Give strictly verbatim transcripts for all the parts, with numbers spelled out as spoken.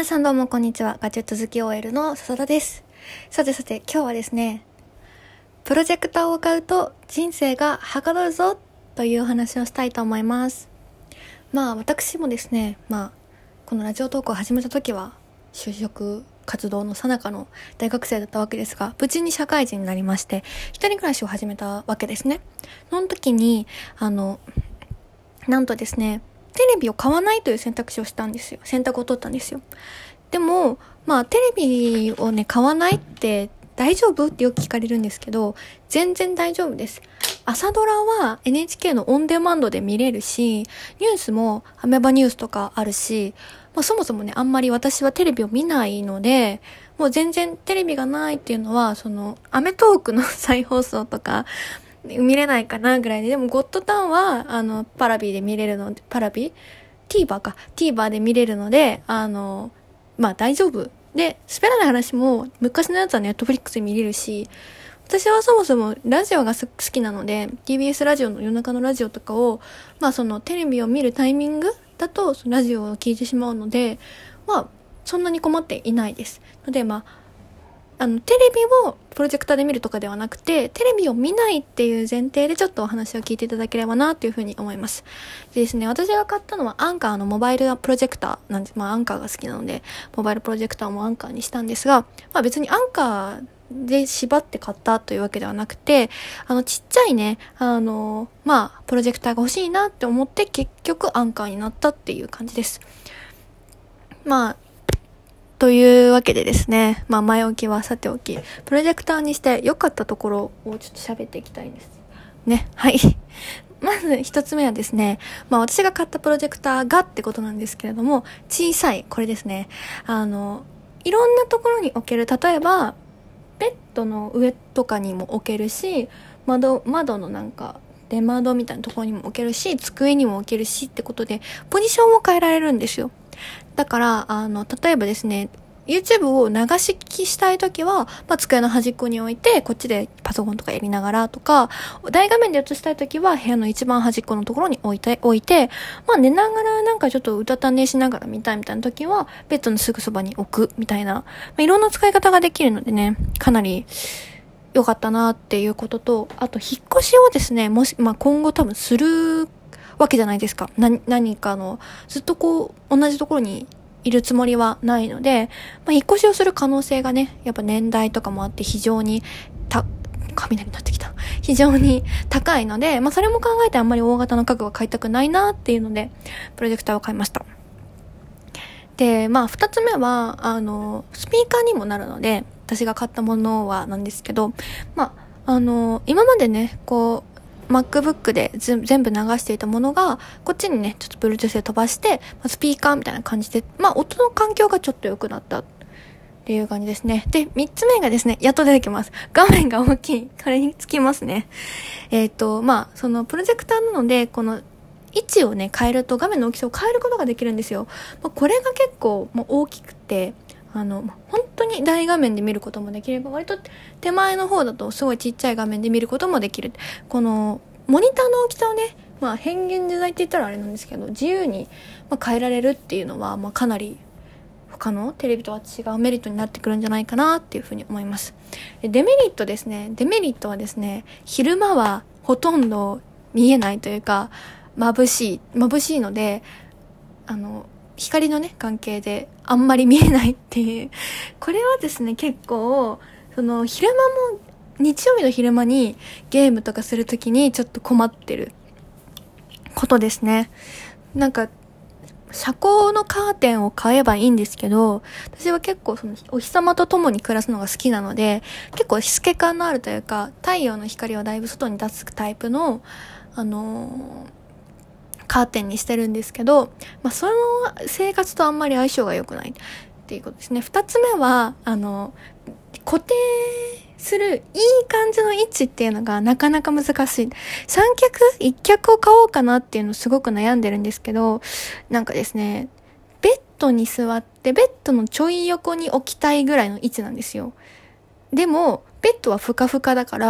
皆さんどうもこんにちは。ガジェット好き オーエル の笹田です。さてさて今日はですね、プロジェクターを買うと人生がはかどるぞというお話をしたいと思います。まあ私もですね、まあこのラジオトークを始めた時は就職活動の最中の大学生だったわけですが、無事に社会人になりまして一人暮らしを始めたわけですね。その時にあのなんとですね、テレビを買わないという選択肢をしたんですよ。選択を取ったんですよ。でも、まあテレビをね、買わないって大丈夫ってよく聞かれるんですけど、全然大丈夫です。朝ドラは エヌエイチケー のオンデマンドで見れるし、ニュースもアメバニュースとかあるし、まあそもそもね、あんまり私はテレビを見ないので、もう全然テレビがないっていうのは、そのアメトーークの再放送とか、見れないかなぐらいで、でもゴッドタウンはあのパラビで見れるので、パラビ TVer か TVer で見れるので、あのまあ大丈夫で、滑らない話も昔のやつはネットフリックスで見れるし、私はそもそもラジオが好きなので ティービーエス ラジオの夜中のラジオとかを、まあそのテレビを見るタイミングだとそのラジオを聞いてしまうので、まあそんなに困っていないです。のでまああの、テレビをプロジェクターで見るとかではなくて、テレビを見ないっていう前提でちょっとお話を聞いていただければなっていうふうに思います。でですね、私が買ったのはアンカーのモバイルプロジェクターなんです。まあアンカーが好きなので、モバイルプロジェクターもアンカーにしたんですが、まあ別にアンカーで縛って買ったというわけではなくて、あのちっちゃいね、あの、まあプロジェクターが欲しいなって思って結局アンカーになったっていう感じです。まあ、というわけでですね、まあ前置きはさておき、プロジェクターにして良かったところをちょっと喋っていきたいんです。ね、はい。まず一つ目はですね、まあ私が買ったプロジェクターがってことなんですけれども、小さい、これですね。あの、いろんなところに置ける、例えば、ベッドの上とかにも置けるし、窓、窓のなんか、出窓みたいなところにも置けるし、机にも置けるしってことで、ポジションを変えられるんですよ。だから、あの、例えばですね、YouTube を流し聞きしたいときは、まあ、机の端っこに置いて、こっちでパソコンとかやりながらとか、大画面で映したいときは、部屋の一番端っこのところに置いて、置いて、まあ、寝ながらなんかちょっとうたた寝しながら見たいみたいなときは、ベッドのすぐそばに置くみたいな、まあ、いろんな使い方ができるのでね、かなり良かったなっていうことと、あと、引っ越しをですね、もし、まあ、今後多分するわけじゃないですか。な、何かの、ずっとこう、同じところにいるつもりはないので、まあ、引っ越しをする可能性がね、やっぱ年代とかもあって非常に、た、雷になってきた。非常に高いので、まあ、それも考えてあんまり大型の家具は買いたくないなっていうので、プロジェクターを買いました。で、まあ、二つ目は、あの、スピーカーにもなるので、私が買ったものはなんですけど、まあ、あの、今までね、こう、MacBook で全部流していたものが、こっちにね、ちょっと Bluetooth で飛ばして、まあ、スピーカーみたいな感じで、まあ、音の環境がちょっと良くなったっていう感じですね。で、三つ目がですね、やっと出てきます。画面が大きい。これにつきますね。えっと、まあ、そのプロジェクターなので、この位置をね、変えると画面の大きさを変えることができるんですよ。まあ、これが結構もう大きくて、あの、本当に大画面で見ることもできれば、割と手前の方だとすごいちっちゃい画面で見ることもできる。この、モニターの大きさをね、まあ変幻自在って言ったらあれなんですけど、自由にまあ変えられるっていうのは、まあかなり他のテレビとは違うメリットになってくるんじゃないかなっていうふうに思います。でデメリットですね。デメリットはですね、昼間はほとんど見えないというか、眩しい、眩しいので、あの、光のね、関係であんまり見えないっていう。これはですね、結構、その、昼間も、日曜日の昼間にゲームとかするときにちょっと困ってることですね。なんか、遮光のカーテンを買えばいいんですけど、私は結構その、お日様と共に暮らすのが好きなので、結構透け感のあるというか、太陽の光をだいぶ外に出すタイプの、あのー、カーテンにしてるんですけど、まあ、その生活とあんまり相性が良くないっていうことですね。二つ目は、あの、固定するいい感じの位置っていうのがなかなか難しい。三脚一脚を買おうかなっていうのすごく悩んでるんですけど、なんかですね、ベッドに座って、ベッドのちょい横に置きたいぐらいの位置なんですよ。でも、ベッドはふかふかだから、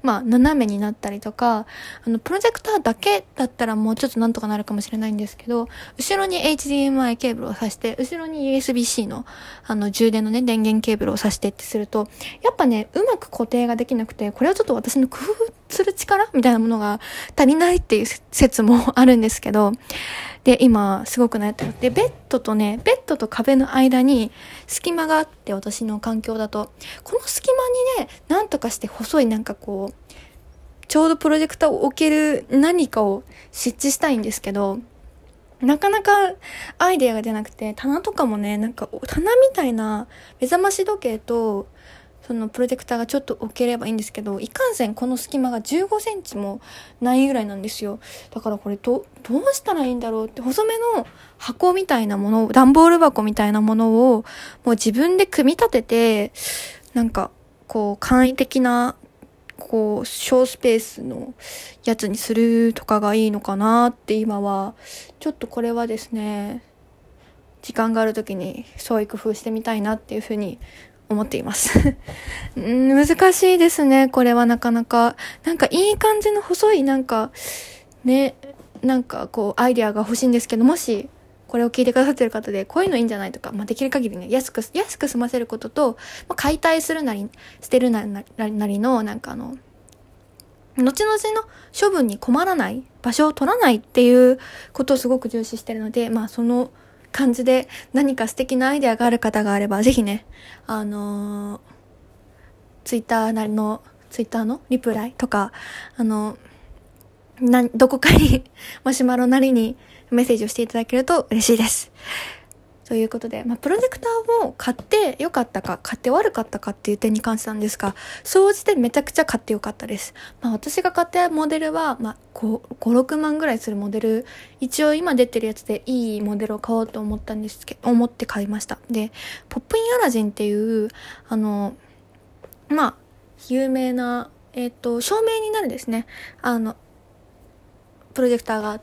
まあ、斜めになったりとか、あの、プロジェクターだけだったらもうちょっとなんとかなるかもしれないんですけど、後ろに エイチディーエムアイ ケーブルを挿して、後ろに ユーエスビー-C の、あの、充電のね、電源ケーブルを挿してってすると、やっぱね、うまく固定ができなくて、これはちょっと私の工夫する力みたいなものが足りないっていう説もあるんですけど、で、今、すごく悩ってる。で、ベッドとね、ベッドと壁の間に隙間があって、私の環境だと、この隙間にね、なんとかして細いなんかこう、ちょうどプロジェクターを置ける何かを設置したいんですけど、なかなかアイデアが出なくて、棚とかもね、なんか棚みたいな目覚まし時計と、そのプロジェクターがちょっと置ければいいんですけど、いかんせんこの隙間がじゅうごセンチもないぐらいなんですよ。だからこれど、どうしたらいいんだろうって、細めの箱みたいなものを、段ボール箱みたいなものを、もう自分で組み立てて、なんか、こう、簡易的な、こう、小スペースのやつにするとかがいいのかなって今は、ちょっとこれはですね、時間があるときに創意工夫してみたいなっていうふうに思っていますうん難しいですね、これはなかなか。なんかいい感じの細いなんかね、なんかこうアイデアが欲しいんですけど、もしこれを聞いてくださってる方でこういうのいいんじゃないとか、まあ、できる限りね安く安く済ませることと、まあ、解体するなり捨てるなりなりのなんかあの後々の処分に困らない場所を取らないっていうことをすごく重視してるので、まあその感じで何か素敵なアイデアがある方があれば、ぜひね、あのー、ツイッターなりの、ツイッターのリプライとか、あのー、な、どこかにマシュマロなりにメッセージをしていただけると嬉しいです。ということで、まあ、プロジェクターを買って良かったか、買って悪かったかっていう点に関してなんですが、総じてめちゃくちゃ買って良かったです。まあ、私が買ったモデルは、まあ、ご、ご、ろくまんぐらいするモデル、一応今出てるやつでいいモデルを買おうと思ったんですけど、思って買いました。で、ポップインアラジンっていう、あの、まあ、有名な、えっと、照明になるですね。あの、プロジェクターがあって、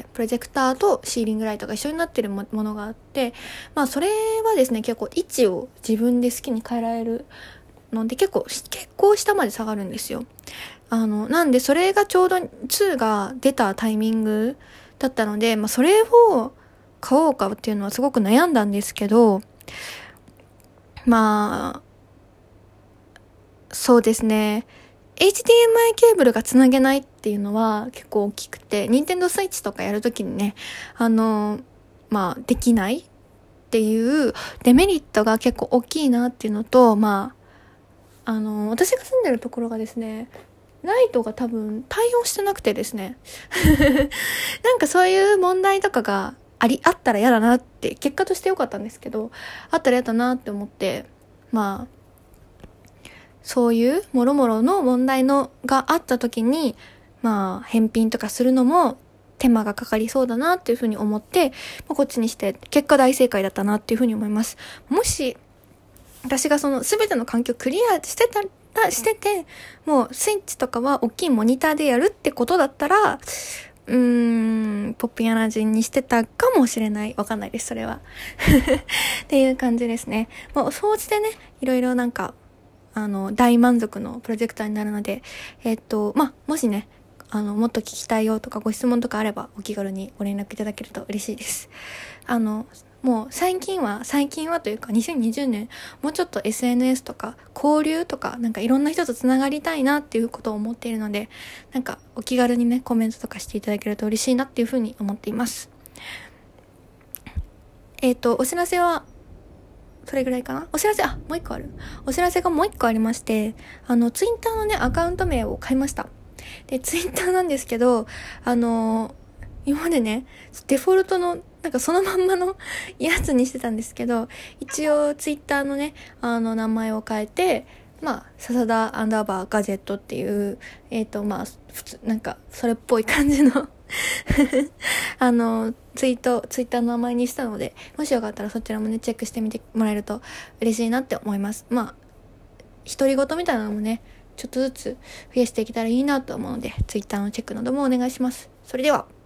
プロジェクターとシーリングライトが一緒になってるものがあって、まあそれはですね、結構位置を自分で好きに変えられるので、結構、結構下まで下がるんですよ。あの、なんでそれがちょうどツーが出たタイミングだったので、まあそれを買おうかっていうのはすごく悩んだんですけど、まあ、そうですね。エイチディーエムアイ ケーブルがつなげないっていうのは結構大きくて、ニンテンドースイッチとかやるときにね、あの、まあ、できないっていうデメリットが結構大きいなっていうのと、まあ、あの、私が住んでるところがですね、ライトが多分対応してなくてですね、なんかそういう問題とかがあり、あったら嫌だなって、結果として良かったんですけど、あったら嫌だなって思って、まあ、そういうもろもろの問題のがあった時に、まあ、返品とかするのも手間がかかりそうだなっていうふうに思って、まあ、こっちにして結果大正解だったなっていうふうに思います。もし、私がその全ての環境クリアしてたら、してて、もうスイッチとかは大きいモニターでやるってことだったら、うーん、ポップインアラジンにしてたかもしれない。わかんないです、それは。っていう感じですね。もう、総じてね、いろいろなんか、あの、大満足のプロジェクターになるので、えっと、まあ、もしね、あの、もっと聞きたいよとかご質問とかあればお気軽にご連絡いただけると嬉しいです。あの、もう最近は、最近はというかにせんにじゅうねん、もうちょっと エスエヌエス とか交流とかなんかいろんな人とつながりたいなっていうことを思っているので、なんかお気軽にね、コメントとかしていただけると嬉しいなっていうふうに思っています。えっと、お知らせは、それぐらいかな。お知らせ、あ、もう一個ある。お知らせがもう一個ありまして、あの、ツイッターのね、アカウント名を変えました。で、ツイッターなんですけど、あの、今までね、デフォルトの、なんかそのまんまのやつにしてたんですけど、一応ツイッターのね、あの、名前を変えて、まあ、笹田アンダーバーガジェットっていう、えっと、まあ、普通、なんか、それっぽい感じのあの、ツイート、ツイッターの名前にしたので、もしよかったらそちらもね、チェックしてみてもらえると嬉しいなって思います。まあ、独り言みたいなのもね、ちょっとずつ増やしていけたらいいなと思うので、ツイッターのチェックなどもお願いします。それでは。